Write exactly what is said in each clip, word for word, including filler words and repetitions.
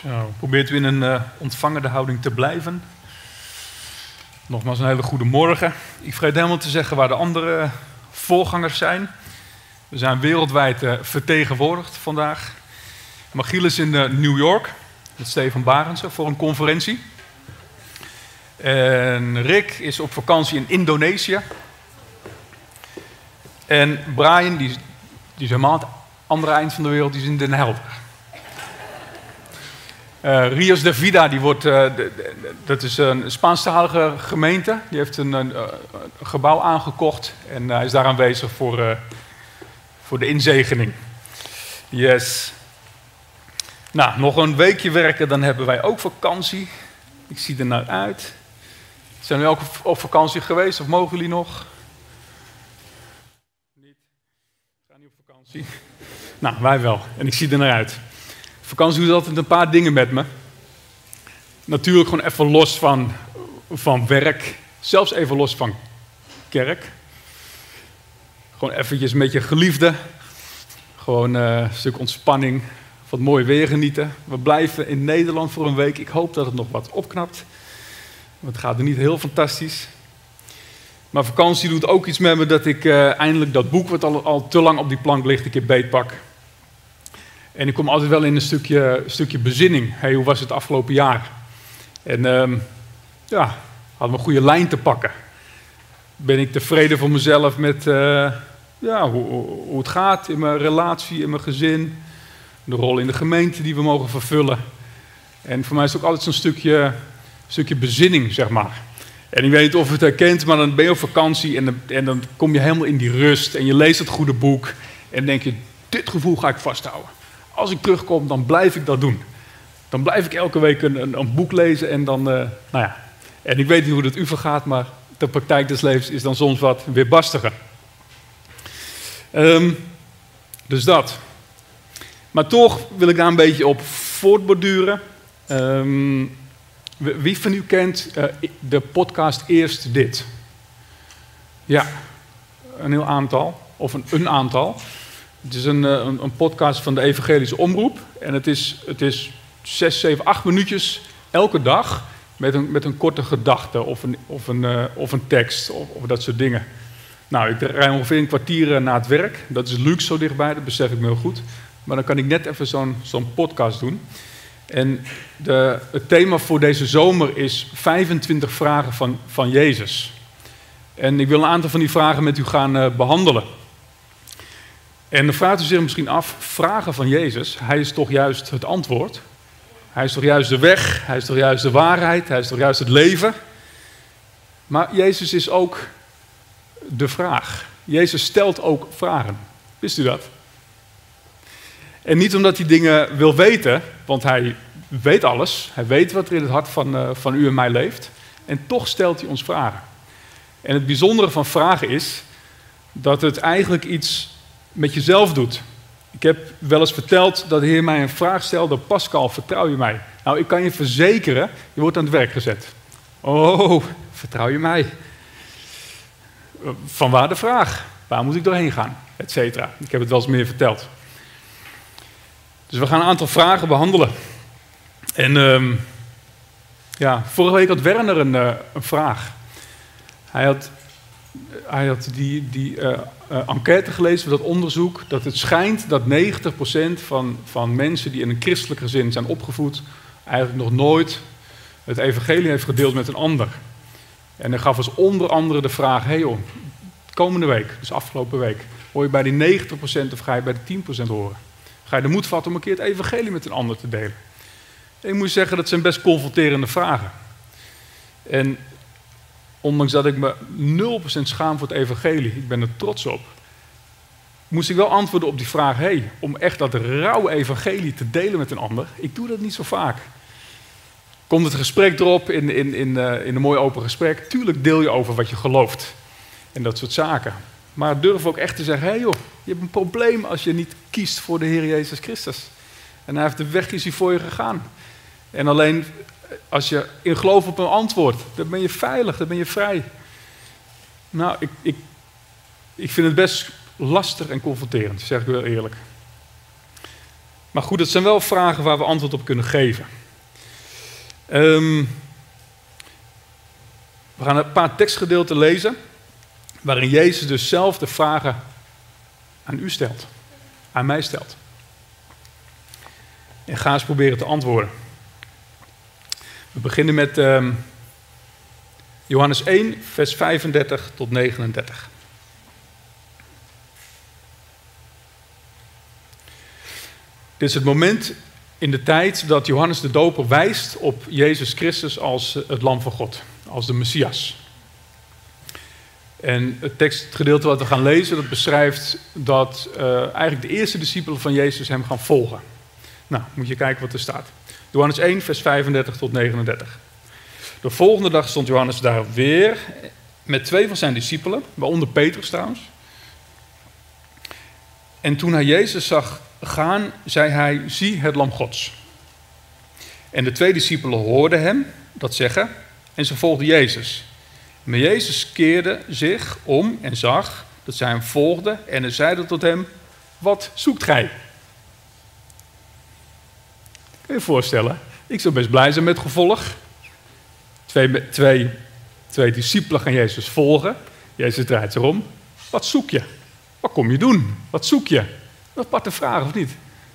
Zo, probeert u in een uh, ontvangende houding te blijven. Nogmaals een hele goede morgen. Ik vergeet helemaal te zeggen waar de andere voorgangers zijn. We zijn wereldwijd uh, vertegenwoordigd vandaag. Magiel is in uh, New York met Steven Barendse voor een conferentie. En Rick is op vakantie in Indonesië. En Brian, die, die is helemaal aan het andere eind van de wereld, die is in Den Helder. Uh, Rios de Vida, die wordt, uh, de, de, dat is een Spaanstalige gemeente. Die heeft een, een, een gebouw aangekocht en hij uh, is daar aanwezig voor, uh, voor de inzegening. Yes. Nou, nog een weekje werken, dan hebben wij ook vakantie. Ik zie er naar uit. Zijn jullie ook op vakantie geweest of mogen jullie nog? Niet? Ik ga niet op vakantie. Nou, wij wel. En ik zie er naar uit. Vakantie doet altijd een paar dingen met me. Natuurlijk gewoon even los van, van werk. Zelfs even los van kerk. Gewoon eventjes met je geliefde. Gewoon uh, een stuk ontspanning. Wat mooi weer genieten. We blijven in Nederland voor een week. Ik hoop dat het nog wat opknapt. Want het gaat er niet heel fantastisch. Maar vakantie doet ook iets met me dat ik uh, eindelijk dat boek wat al, al te lang op die plank ligt een keer beetpak. En ik kom altijd wel in een stukje, stukje bezinning. Hey, hoe was het afgelopen jaar? En um, ja, hadden we een goede lijn te pakken. Ben ik tevreden voor mezelf met uh, ja, hoe, hoe het gaat in mijn relatie, in mijn gezin. De rol in de gemeente die we mogen vervullen. En voor mij is het ook altijd zo'n stukje, stukje bezinning, zeg maar. En ik weet niet of je het herkent, maar dan ben je op vakantie en dan, en dan kom je helemaal in die rust. En je leest het goede boek en dan denk je, dit gevoel ga ik vasthouden. Als ik terugkom, dan blijf ik dat doen. Dan blijf ik elke week een, een, een boek lezen en dan, uh, nou ja. En ik weet niet hoe dat u vergaat, maar de praktijk des levens is dan soms wat weerbarstiger. Um, dus dat. Maar toch wil ik daar een beetje op voortborduren. Um, wie van u kent uh, de podcast Eerst Dit? Ja, een heel aantal. Of een, een aantal. Het is een, een, een podcast van de Evangelische Omroep. En het is, het is zes, zeven, acht minuutjes elke dag met een, met een korte gedachte of een, of een, uh, of een tekst of, of dat soort dingen. Nou, ik rij ongeveer een kwartier na het werk. Dat is luxe zo dichtbij, dat besef ik me heel goed. Maar dan kan ik net even zo'n, zo'n podcast doen. En de, het thema voor deze zomer is vijfentwintig vragen van, van Jezus. En ik wil een aantal van die vragen met u gaan uh, behandelen. En dan vraagt u zich misschien af, vragen van Jezus, hij is toch juist het antwoord? Hij is toch juist de weg, hij is toch juist de waarheid, hij is toch juist het leven? Maar Jezus is ook de vraag. Jezus stelt ook vragen. Wist u dat? En niet omdat hij dingen wil weten, want hij weet alles. Hij weet wat er in het hart van, uh, van u en mij leeft. En toch stelt hij ons vragen. En het bijzondere van vragen is dat het eigenlijk iets met jezelf doet. Ik heb wel eens verteld dat de Heer mij een vraag stelde. Pascal, vertrouw je mij? Nou, ik kan je verzekeren, je wordt aan het werk gezet. Oh, vertrouw je mij? Vanwaar de vraag? Waar moet ik doorheen gaan? Etcetera. Ik heb het wel eens meer verteld. Dus we gaan een aantal vragen behandelen. En um, ja, vorige week had Werner een, uh, een vraag. Hij had, hij had die, die uh, uh, enquête gelezen, dat onderzoek, dat het schijnt dat negentig procent van, van mensen die in een christelijk gezin zijn opgevoed, eigenlijk nog nooit het evangelie heeft gedeeld met een ander. En hij gaf ons onder andere de vraag, hey joh, komende week, dus afgelopen week, hoor je bij die negentig procent of ga je bij de tien procent horen? Ga je de moed vatten om een keer het evangelie met een ander te delen? En ik moet zeggen, dat zijn best confronterende vragen. En ondanks dat ik me nul procent schaam voor het evangelie, ik ben er trots op, moest ik wel antwoorden op die vraag, hey, om echt dat rauwe evangelie te delen met een ander, ik doe dat niet zo vaak. Komt het gesprek erop, in, in, in, uh, in een mooi open gesprek, tuurlijk deel je over wat je gelooft. En dat soort zaken. Maar durf ook echt te zeggen, hé hey joh, je hebt een probleem als je niet kiest voor de Heer Jezus Christus. En hij heeft de weg is hier voor je gegaan. En alleen als je in geloof op een antwoord, dan ben je veilig, dan ben je vrij. Nou, ik, ik, ik vind het best lastig en confronterend, zeg ik wel eerlijk. Maar goed, het zijn wel vragen waar we antwoord op kunnen geven. Um, we gaan een paar tekstgedeelten lezen, waarin Jezus dus zelf de vragen aan u stelt, aan mij stelt. En ga eens proberen te antwoorden. We beginnen met um, Johannes één, vers vijfendertig tot negenendertig. Dit is het moment in de tijd dat Johannes de Doper wijst op Jezus Christus als het Lam van God, als de Messias. En het tekstgedeelte wat we gaan lezen, dat beschrijft dat uh, eigenlijk de eerste discipelen van Jezus hem gaan volgen. Nou, moet je kijken wat er staat. Johannes één, vers vijfendertig tot negenendertig. De volgende dag stond Johannes daar weer met twee van zijn discipelen, waaronder Petrus trouwens. En toen hij Jezus zag gaan, zei hij, zie het Lam Gods. En de twee discipelen hoorden hem dat zeggen en ze volgden Jezus. Maar Jezus keerde zich om en zag dat zij hem volgden en hij zeide tot hem, wat zoekt gij? Kun je je voorstellen? Ik zou best blij zijn met gevolg. Twee, twee, twee discipelen gaan Jezus volgen. Jezus draait zich om. Wat zoek je? Wat kom je doen? Wat zoek je? Dat aparte vraag, of niet?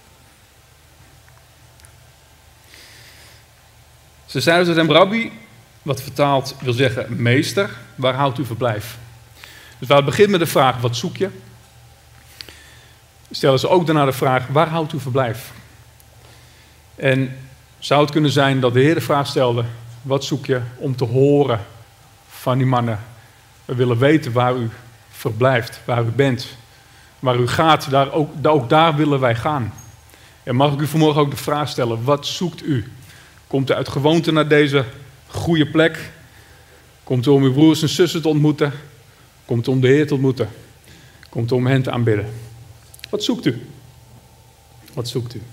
Ze zeiden tot hem, Rabbi, wat vertaald wil zeggen meester, waar houdt u verblijf? Dus waar het begint met de vraag, wat zoek je? Stellen ze ook daarna de vraag, waar houdt u verblijf? En zou het kunnen zijn dat de Heer de vraag stelde, wat zoek je, om te horen van die mannen? We willen weten waar u verblijft, waar u bent, waar u gaat, daar ook, ook daar willen wij gaan. En mag ik u vanmorgen ook de vraag stellen, wat zoekt u? Komt u uit gewoonte naar deze goede plek? Komt u om uw broers en zussen te ontmoeten? Komt u om de Heer te ontmoeten? Komt u om hen te aanbidden? Wat zoekt u? Wat zoekt u?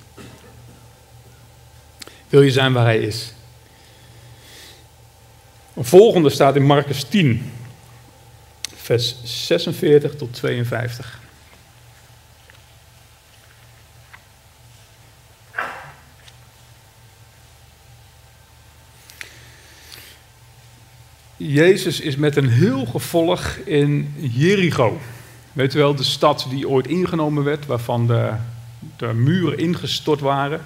Wil je zijn waar hij is? Een volgende staat in Marcus tien, vers zesenveertig tot tweeënvijftig. Jezus is met een heel gevolg in Jericho. Weet u wel, de stad die ooit ingenomen werd, waarvan de, de muren ingestort waren.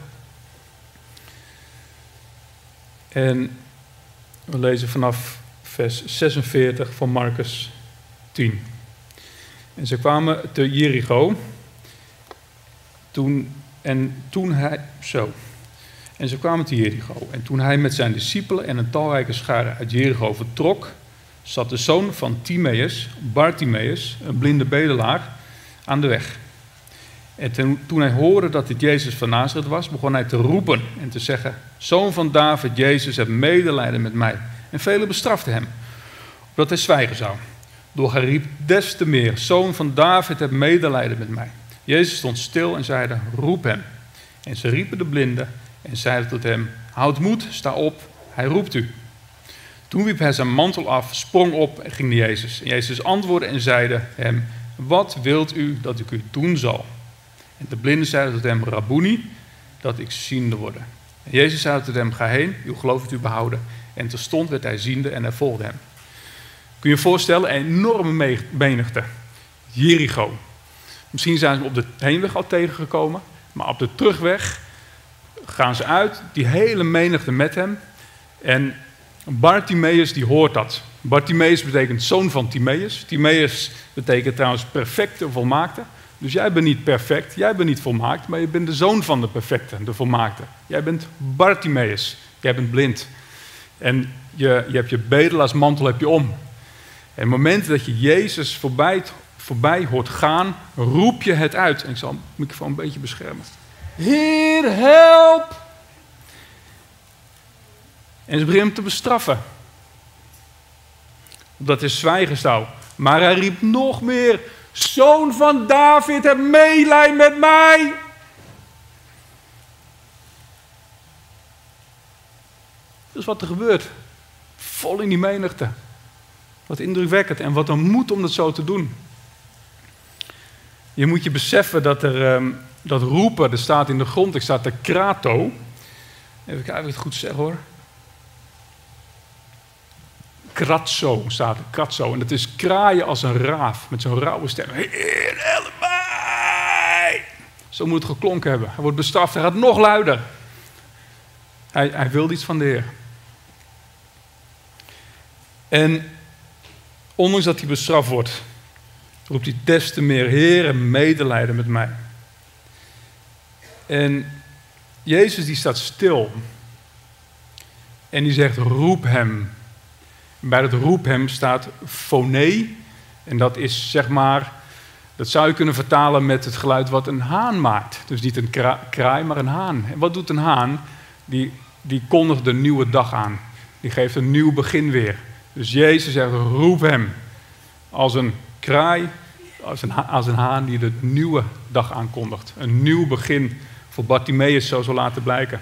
En we lezen vanaf vers zesenveertig van Marcus tien. En ze kwamen te Jericho. Toen, en toen hij... Zo... En ze kwamen te Jericho. En toen hij met zijn discipelen en een talrijke schare uit Jericho vertrok, zat de zoon van Timaeus, Bartimaeus, een blinde bedelaar, aan de weg. En ten, toen hij hoorde dat dit Jezus van Nazareth was, begon hij te roepen en te zeggen, zoon van David, Jezus, heb medelijden met mij. En velen bestraften hem, opdat hij zwijgen zou. Doch hij riep des te meer, zoon van David, heb medelijden met mij. Jezus stond stil en zeide, roep hem. En ze riepen de blinde en zeiden tot hem, houd moed, sta op, hij roept u. Toen wierp hij zijn mantel af, sprong op en ging naar Jezus. En Jezus antwoordde en zeide hem, wat wilt u dat ik u doen zal? En de blinde zeiden tot hem, Rabboni, dat ik ziende worden. En Jezus zei tot hem, ga heen, uw geloof heeft u behouden. En terstond werd hij ziende en hij volgde hem. Kun je je voorstellen, een enorme menigte. Jericho. Misschien zijn ze op de heenweg al tegengekomen, maar op de terugweg gaan ze uit, die hele menigte met hem. En Bartimaeus die hoort dat. Bartimaeus betekent zoon van Timaeus. Timaeus betekent trouwens perfecte, volmaakte. Dus jij bent niet perfect, jij bent niet volmaakt, maar je bent de zoon van de perfecte, de volmaakte. Jij bent Bartimaeus, jij bent blind. En je, je hebt je bedelaarsmantel heb je om. En op het moment dat je Jezus voorbij, voorbij hoort gaan, roep je het uit. En ik zal het microfoon een beetje beschermen. Heer, help! En ze beginnen hem te bestraffen. Omdat hij zwijgen zou. Maar hij riep nog meer, zoon van David, heb meelij met mij. Dat is wat er gebeurt. Vol in die menigte. Wat indrukwekkend en wat een moed om dat zo te doen. Je moet je beseffen dat er um, dat roepen, er staat in de grond, er staat de krato. Even kijken of ik het goed zeg hoor. Kratzo staat er, kratzo. En dat is kraaien als een raaf, met zo'n rauwe stem. Heer, help mij! Zo moet het geklonken hebben. Hij wordt bestraft, hij gaat nog luider. Hij, hij wil iets van de Heer. En ondanks dat hij bestraft wordt, roept hij des te meer: Heer, medelijden met mij. En Jezus die staat stil. En die zegt: roep hem. Bij dat roep hem staat fonee. En dat is zeg maar, dat zou je kunnen vertalen met het geluid wat een haan maakt. Dus niet een kraai, maar een haan. En wat doet een haan? Die, die kondigt de nieuwe dag aan. Die geeft een nieuw begin weer. Dus Jezus zegt: roep hem. Als een kraai, als een, als een haan die de nieuwe dag aankondigt. Een nieuw begin voor Bartimaeus, zo zal laten blijken.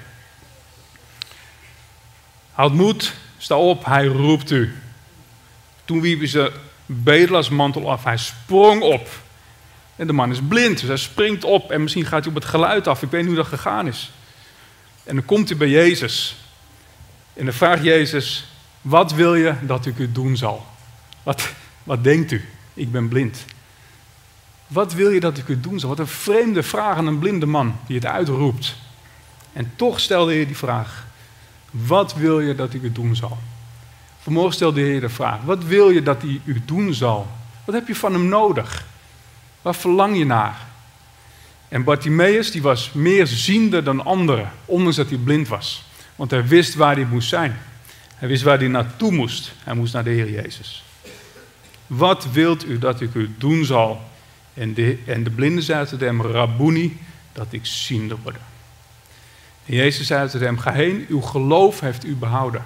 Houd moed, sta op, hij roept u. Toen wierp hij zijn bedelaarsmantel af, hij sprong op. En de man is blind, dus hij springt op en misschien gaat hij op het geluid af. Ik weet niet hoe dat gegaan is. En dan komt hij bij Jezus. En dan vraagt Jezus: wat wil je dat ik u doen zal? Wat, wat denkt u? Ik ben blind. Wat wil je dat ik u doen zal? Wat een vreemde vraag aan een blinde man die het uitroept. En toch stelde hij die vraag: wat wil je dat ik u doen zal? Vanmorgen stelde hij de vraag: wat wil je dat hij u doen zal? Wat heb je van hem nodig? Waar verlang je naar? En Bartimaeus die was meer ziende dan anderen, ondanks dat hij blind was. Want hij wist waar hij moest zijn. Hij wist waar hij naartoe moest. Hij moest naar de Heer Jezus. Wat wilt u dat ik u doen zal? En de, en de blinde zei tot hem: Rabboni, dat ik ziende worde. En Jezus zei tot hem: ga heen, uw geloof heeft u behouden.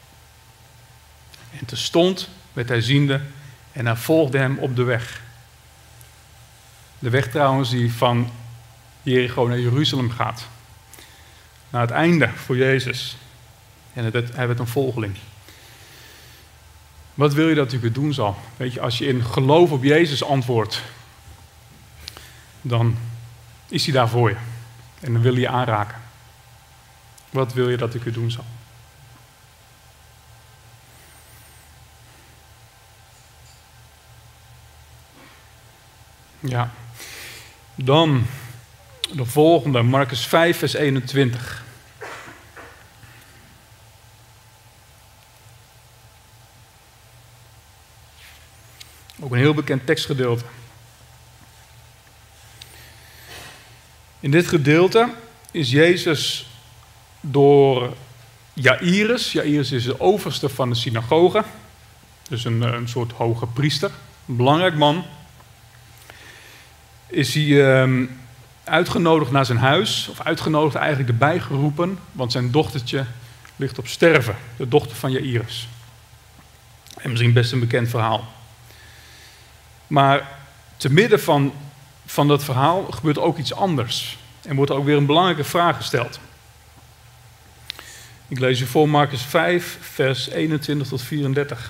En terstond werd hij ziende en hij volgde hem op de weg. De weg trouwens die van Jericho naar Jeruzalem gaat. Naar het einde voor Jezus. En hij werd, hij werd een volgeling. Wat wil je dat ik het doen zal? Weet je, als je in geloof op Jezus antwoordt, dan is hij daar voor je. En dan wil hij je aanraken. Wat wil je dat ik u doen zal? Ja. Dan de volgende, Marcus vijf, vers eenentwintig. Ook een heel bekend tekstgedeelte. In dit gedeelte is Jezus door Jairus, Jairus is de overste van de synagoge, dus een, een soort hoge priester, een belangrijk man, is hij um, uitgenodigd naar zijn huis, of uitgenodigd eigenlijk erbij geroepen, want zijn dochtertje ligt op sterven, de dochter van Jairus. En misschien best een bekend verhaal. Maar te midden van, van dat verhaal gebeurt ook iets anders. En wordt er ook weer een belangrijke vraag gesteld. Ik lees u voor Marcus vijf, vers eenentwintig tot vierendertig.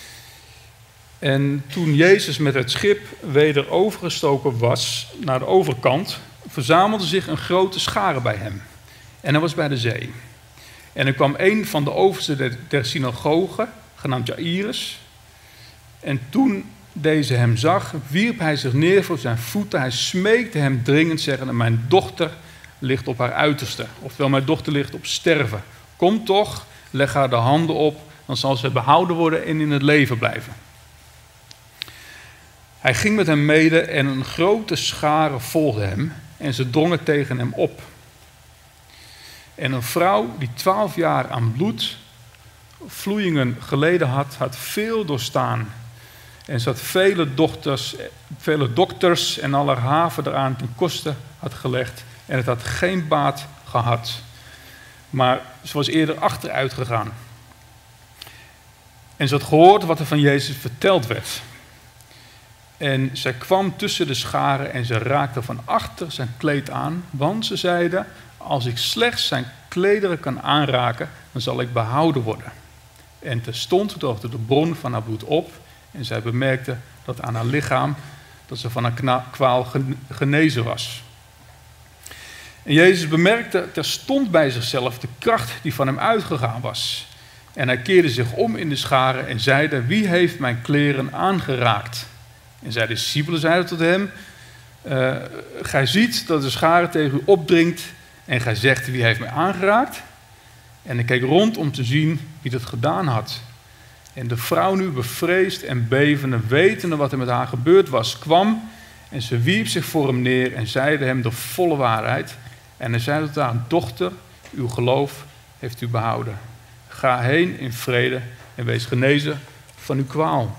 En toen Jezus met het schip weder overgestoken was naar de overkant, verzamelde zich een grote schare bij hem. En hij was bij de zee. En er kwam een van de oversten der, der synagoge, genaamd Jairus. En toen deze hem zag, wierp hij zich neer voor zijn voeten. Hij smeekte hem dringend, zeggende: mijn dochter ligt op haar uiterste. Oftewel, mijn dochter ligt op sterven. Kom toch, leg haar de handen op, dan zal ze behouden worden en in het leven blijven. Hij ging met hem mede en een grote schare volgde hem en ze drongen tegen hem op. En een vrouw die twaalf jaar aan bloedvloeien geleden had, had veel doorstaan. En ze had vele, dochters, vele dokters en aller haven eraan ten koste had gelegd. En het had geen baat gehad. Maar ze was eerder achteruit gegaan. En ze had gehoord wat er van Jezus verteld werd. En zij kwam tussen de scharen en ze raakte van achter zijn kleed aan. Want ze zeiden: als ik slechts zijn klederen kan aanraken, dan zal ik behouden worden. En terstond droogde de bron van haar bloed op. En zij bemerkte dat aan haar lichaam dat ze van een kwaal genezen was. En Jezus bemerkte terstond bij zichzelf de kracht die van hem uitgegaan was. En hij keerde zich om in de scharen en zeide, wie heeft mijn kleren aangeraakt? En zijn discipelen zeiden tot hem, uh, gij ziet dat de schare tegen u opdringt en gij zegt, wie heeft mij aangeraakt? En hij keek rond om te zien wie dat gedaan had. En de vrouw nu bevreesd en bevende, wetende wat er met haar gebeurd was, kwam en ze wierp zich voor hem neer en zeide hem de volle waarheid. En hij zei tot haar, dochter, uw geloof heeft u behouden. Ga heen in vrede en wees genezen van uw kwaal.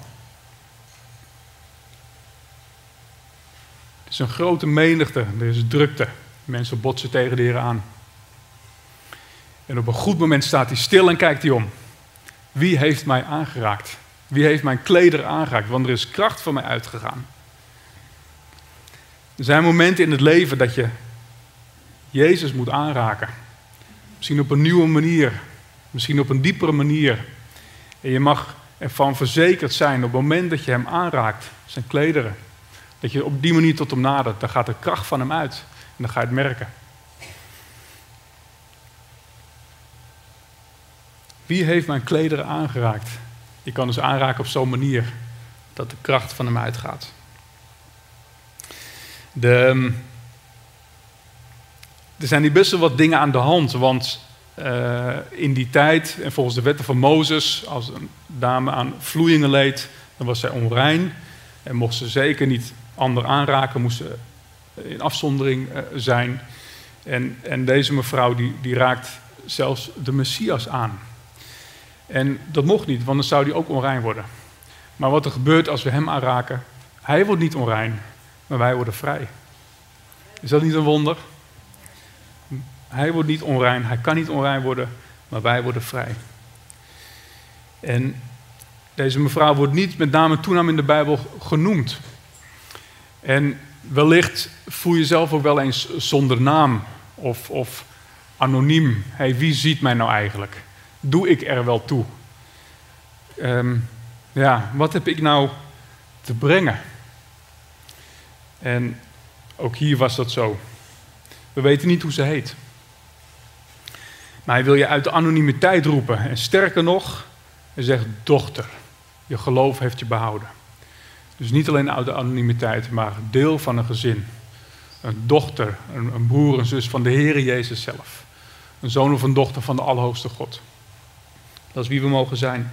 Het is een grote menigte, er is drukte. Mensen botsen tegen de Heer aan. En op een goed moment staat hij stil en kijkt hij om. Wie heeft mij aangeraakt? Wie heeft mijn kleder aangeraakt? Want er is kracht van mij uitgegaan. Er zijn momenten in het leven dat je Jezus moet aanraken. Misschien op een nieuwe manier. Misschien op een diepere manier. En je mag ervan verzekerd zijn op het moment dat je hem aanraakt, zijn klederen. Dat je op die manier tot hem nadert. Dan gaat de kracht van hem uit. En dan ga je het merken. Wie heeft mijn klederen aangeraakt? Je kan dus aanraken op zo'n manier dat de kracht van hem uitgaat. De, er zijn hier best wel wat dingen aan de hand. Want uh, in die tijd, en volgens de wetten van Mozes, als een dame aan vloeien leed, dan was zij onrein. En mocht ze zeker niet ander aanraken, moest ze in afzondering uh, zijn. En, en deze mevrouw die, die raakt zelfs de Messias aan. En dat mocht niet, want dan zou hij ook onrein worden. Maar wat er gebeurt als we hem aanraken, hij wordt niet onrein, maar wij worden vrij. Is dat niet een wonder? Hij wordt niet onrein, hij kan niet onrein worden, maar wij worden vrij. En deze mevrouw wordt niet met naam en toenaam in de Bijbel genoemd. En wellicht voel je jezelf ook wel eens zonder naam of, of anoniem. Hey, wie ziet mij nou eigenlijk? Doe ik er wel toe? Um, ja, wat heb ik nou te brengen? En ook hier was dat zo. We weten niet hoe ze heet. Maar hij wil je uit de anonimiteit roepen. En sterker nog, hij zegt, dochter, je geloof heeft je behouden. Dus niet alleen uit de anonimiteit, maar deel van een gezin. Een dochter, een, een broer, een zus van de Heere Jezus zelf. Een zoon of een dochter van de Allerhoogste God. Dat is wie we mogen zijn.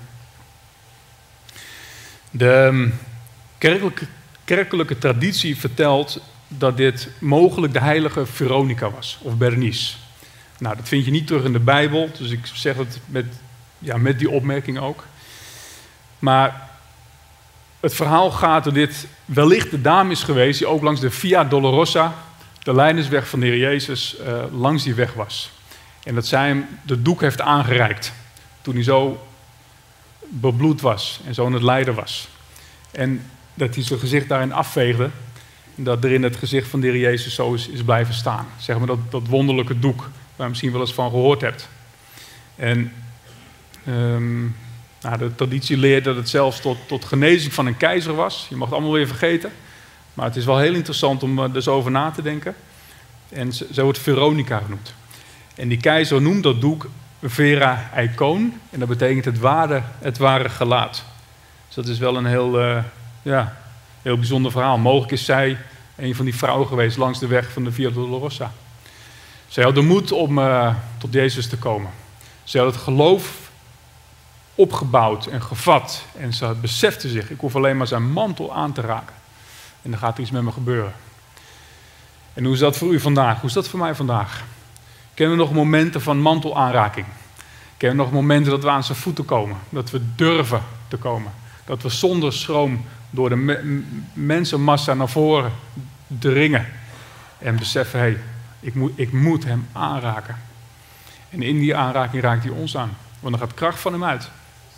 De kerkelijke, kerkelijke traditie vertelt dat dit mogelijk de heilige Veronica was, of Bernice. Nou, dat vind je niet terug in de Bijbel, dus ik zeg het met, ja, met die opmerking ook. Maar het verhaal gaat dat dit wellicht de dame is geweest die ook langs de Via Dolorosa, de lijdersweg van de Heer Jezus, uh, langs die weg was. En dat zij hem de doek heeft aangereikt toen hij zo bebloed was en zo aan het lijden was. En dat hij zijn gezicht daarin afveegde. En dat er in het gezicht van de Heer Jezus zo is, is blijven staan. Zeg maar dat, dat wonderlijke doek, waar je misschien wel eens van gehoord hebt. En um, nou, de traditie leert dat het zelfs tot, tot genezing van een keizer was. Je mag het allemaal weer vergeten. Maar het is wel heel interessant om er dus over na te denken. En zo wordt Veronica genoemd. En die keizer noemt dat doek Vera Eikon. En dat betekent het ware, het ware gelaat. Dus dat is wel een heel, uh, ja, heel bijzonder verhaal. Mogelijk is zij een van die vrouwen geweest langs de weg van de Via Dolorosa. Zij had de moed om uh, tot Jezus te komen. Zij had het geloof opgebouwd en gevat. En ze besefte zich, ik hoef alleen maar zijn mantel aan te raken. En dan gaat er iets met me gebeuren. En hoe is dat voor u vandaag? Hoe is dat voor mij vandaag? Kennen we nog momenten van mantelaanraking? Kennen we nog momenten dat we aan zijn voeten komen? Dat we durven te komen? Dat we zonder schroom door de me- mensenmassa naar voren dringen. En beseffen, hé, hey, ik, moet, ik moet hem aanraken. En in die aanraking raakt hij ons aan. Want dan gaat kracht van hem uit.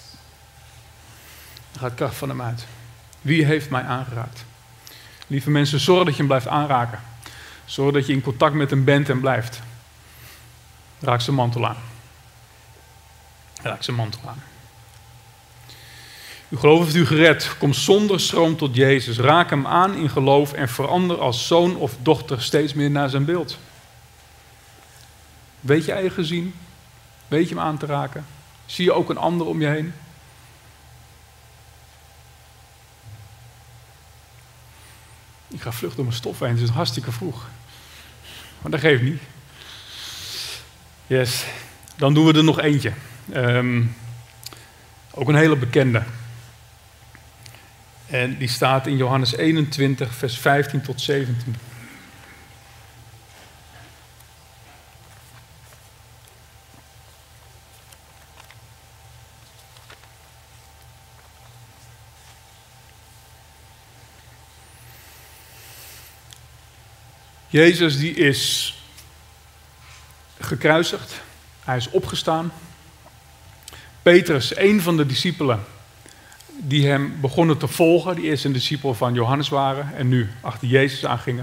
Dan gaat kracht van hem uit. Wie heeft mij aangeraakt? Lieve mensen, zorg dat je hem blijft aanraken. Zorg dat je in contact met hem bent en blijft. Raak zijn mantel aan. Raak zijn mantel aan. Uw geloof heeft u gered. Kom zonder schroom tot Jezus. Raak hem aan in geloof en verander als zoon of dochter steeds meer naar zijn beeld. Weet je eigen gezien? Weet je hem aan te raken? Zie je ook een ander om je heen? Ik ga vlug door mijn stof heen, het is hartstikke vroeg. Maar dat geeft niet. Yes, dan doen we er nog eentje. Um, ook een hele bekende. En die staat in Johannes eenentwintig, vers vijftien tot zeventien. Jezus die is gekruisigd. Hij is opgestaan. Petrus, een van de discipelen die hem begonnen te volgen, die eerst een discipel van Johannes waren en nu achter Jezus aangingen.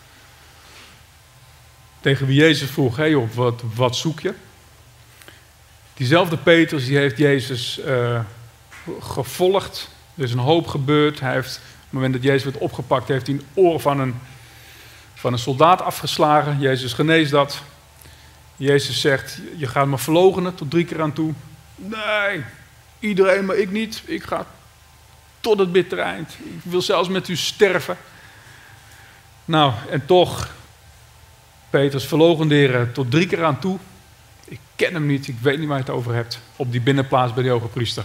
Tegen wie Jezus vroeg, hé hey joh, wat, wat zoek je? Diezelfde Petrus die heeft Jezus uh, gevolgd. Er is een hoop gebeurd. Hij heeft, op het moment dat Jezus werd opgepakt, heeft hij een oor van een, van een soldaat afgeslagen. Jezus geneest dat. Jezus zegt, je gaat me verloochenen tot drie keer aan toe. Nee, iedereen, maar ik niet. Ik ga tot het bittere eind. Ik wil zelfs met u sterven. Nou, en toch, Petrus verloochenen tot drie keer aan toe. Ik ken hem niet, ik weet niet waar je het over hebt. Op die binnenplaats bij de hoge priester.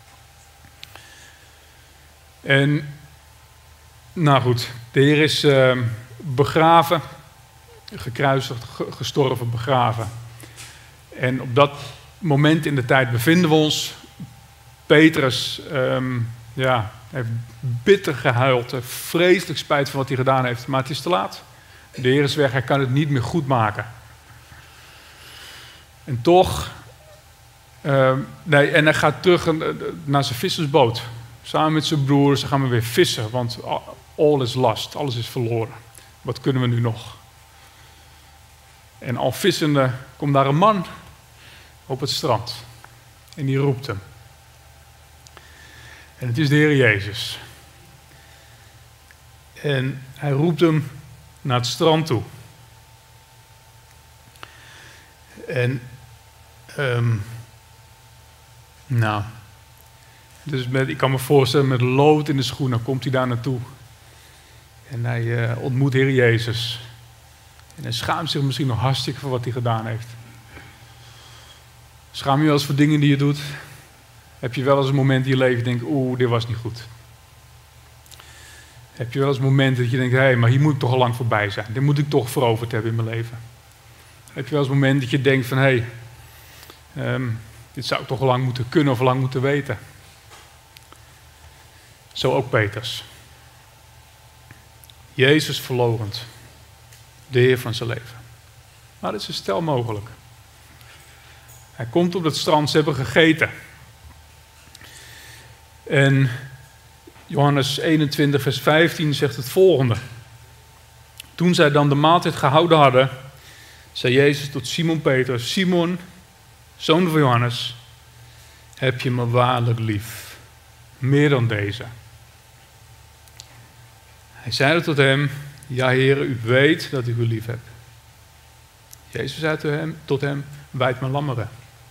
En, nou goed, de Heer is uh, begraven, gekruisigd, gestorven, begraven. En op dat moment in de tijd bevinden we ons. Petrus um, ja, heeft bitter gehuild, heeft vreselijk spijt van wat hij gedaan heeft. Maar het is te laat. De Heer is weg, hij kan het niet meer goed maken. En toch, uh, nee, en hij gaat terug naar zijn vissersboot. Samen met zijn broer, ze gaan we weer vissen, want all is lost, alles is verloren. Wat kunnen we nu nog? En al vissende komt daar een man op het strand. En die roept hem. En het is de Heer Jezus. En hij roept hem naar het strand toe. En, um, nou, dus met, ik kan me voorstellen, met lood in de schoenen komt hij daar naartoe. En hij uh, ontmoet de Heer Jezus. En hij schaamt zich misschien nog hartstikke voor wat hij gedaan heeft. Schaam je wel eens voor dingen die je doet? Heb je wel eens een moment in je leven dat je denkt, oeh, dit was niet goed? Heb je wel eens een moment dat je denkt, hé, hey, maar hier moet ik toch al lang voorbij zijn. Dit moet ik toch veroverd hebben in mijn leven. Heb je wel eens een moment dat je denkt van, hé, hey, um, dit zou ik toch al lang moeten kunnen of al lang moeten weten. Zo ook Petrus. Jezus verloochend. De Heer van zijn leven. Maar dat is een stel mogelijk. Hij komt op dat strand, ze hebben gegeten. En Johannes eenentwintig, vers vijftien zegt het volgende. Toen zij dan de maaltijd gehouden hadden, zei Jezus tot Simon Petrus, Simon, zoon van Johannes, heb je me waarlijk lief, meer dan deze? Hij zei tot hem, ja Heer, u weet dat ik u lief heb. Jezus zei tot hem, tot hem wijd mijn lammeren.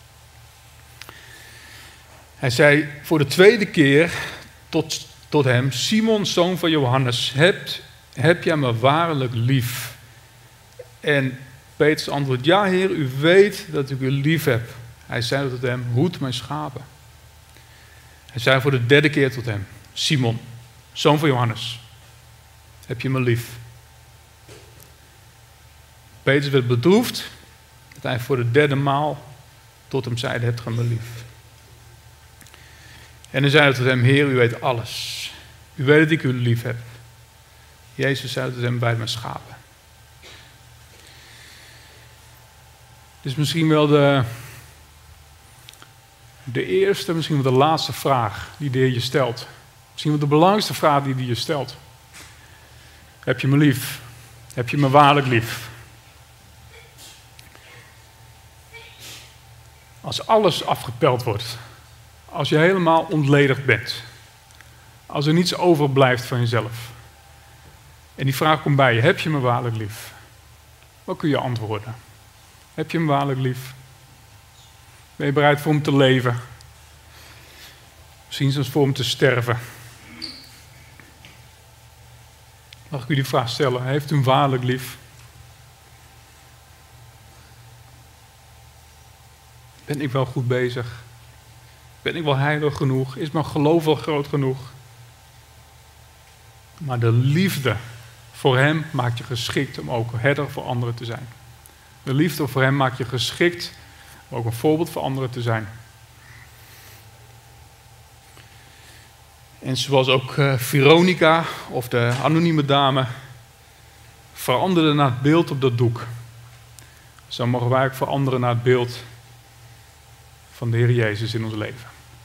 Hij zei voor de tweede keer tot, tot hem, Simon, zoon van Johannes, hebt, heb jij me waarlijk lief? En Petrus antwoordt, ja Heer, u weet dat ik u lief heb. Hij zei tot hem, hoed mijn schapen. Hij zei voor de derde keer tot hem, Simon, zoon van Johannes, heb je me lief? Petrus werd bedroefd dat hij voor de derde maal tot hem zei, hebt ge me lief? En hij zei tot hem, Heer, u weet alles. U weet dat ik u lief heb. Jezus zei tot hem, bij mijn schapen. Dit is misschien wel de, de eerste, misschien wel de laatste vraag die de Heer je stelt. Misschien wel de belangrijkste vraag die hij je stelt. Heb je me lief? Heb je me waarlijk lief? Als alles afgepeld wordt, als je helemaal ontledigd bent, als er niets overblijft van jezelf, en die vraag komt bij je, heb je me waarlijk lief? Wat kun je antwoorden? Heb je hem waarlijk lief? Ben je bereid voor hem te leven? Misschien zelfs voor hem te sterven. Mag ik u die vraag stellen? Heeft u hem waarlijk lief? Ben ik wel goed bezig? Ben ik wel heilig genoeg? Is mijn geloof wel groot genoeg? Maar de liefde voor hem maakt je geschikt om ook herder voor anderen te zijn. De liefde voor hem maakt je geschikt om ook een voorbeeld voor anderen te zijn. En zoals ook uh, Veronica of de anonieme dame veranderde naar het beeld op dat doek, zo mogen wij ook veranderen naar het beeld van de Heer Jezus in ons leven.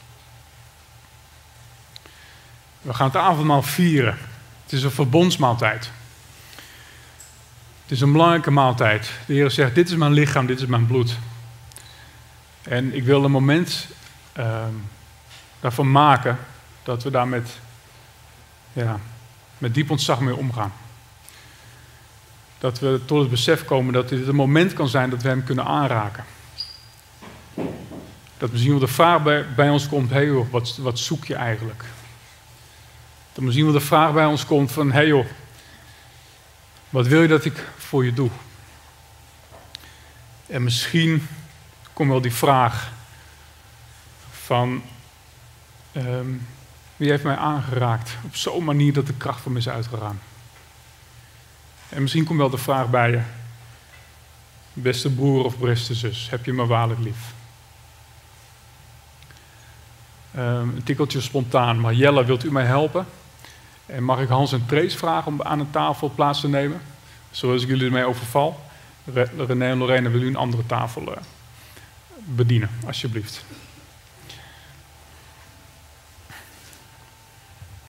We gaan het avondmaal vieren. Het is een verbondsmaaltijd. Het is een belangrijke maaltijd. De Heer zegt, dit is mijn lichaam, dit is mijn bloed. En ik wil een moment uh, daarvan maken dat we daar met, ja, met diep ontzag mee omgaan. Dat we tot het besef komen dat dit een moment kan zijn dat we hem kunnen aanraken. Dat misschien wel de vraag bij, bij ons komt, hé hey joh, wat, wat zoek je eigenlijk? Dat misschien wel de vraag bij ons komt van, hé hey joh, wat wil je dat ik voor je doe? En misschien komt wel die vraag van, um, wie heeft mij aangeraakt op zo'n manier dat de kracht van me is uitgegaan? En misschien komt wel de vraag bij je, beste broer of beste zus, heb je me waarlijk lief? Um, een tikkeltje spontaan, maar Jelle, wilt u mij helpen? En mag ik Hans en Trace vragen om aan een tafel plaats te nemen? Zoals ik jullie ermee overval. René en Lorena, wil u een andere tafel uh, bedienen, alsjeblieft.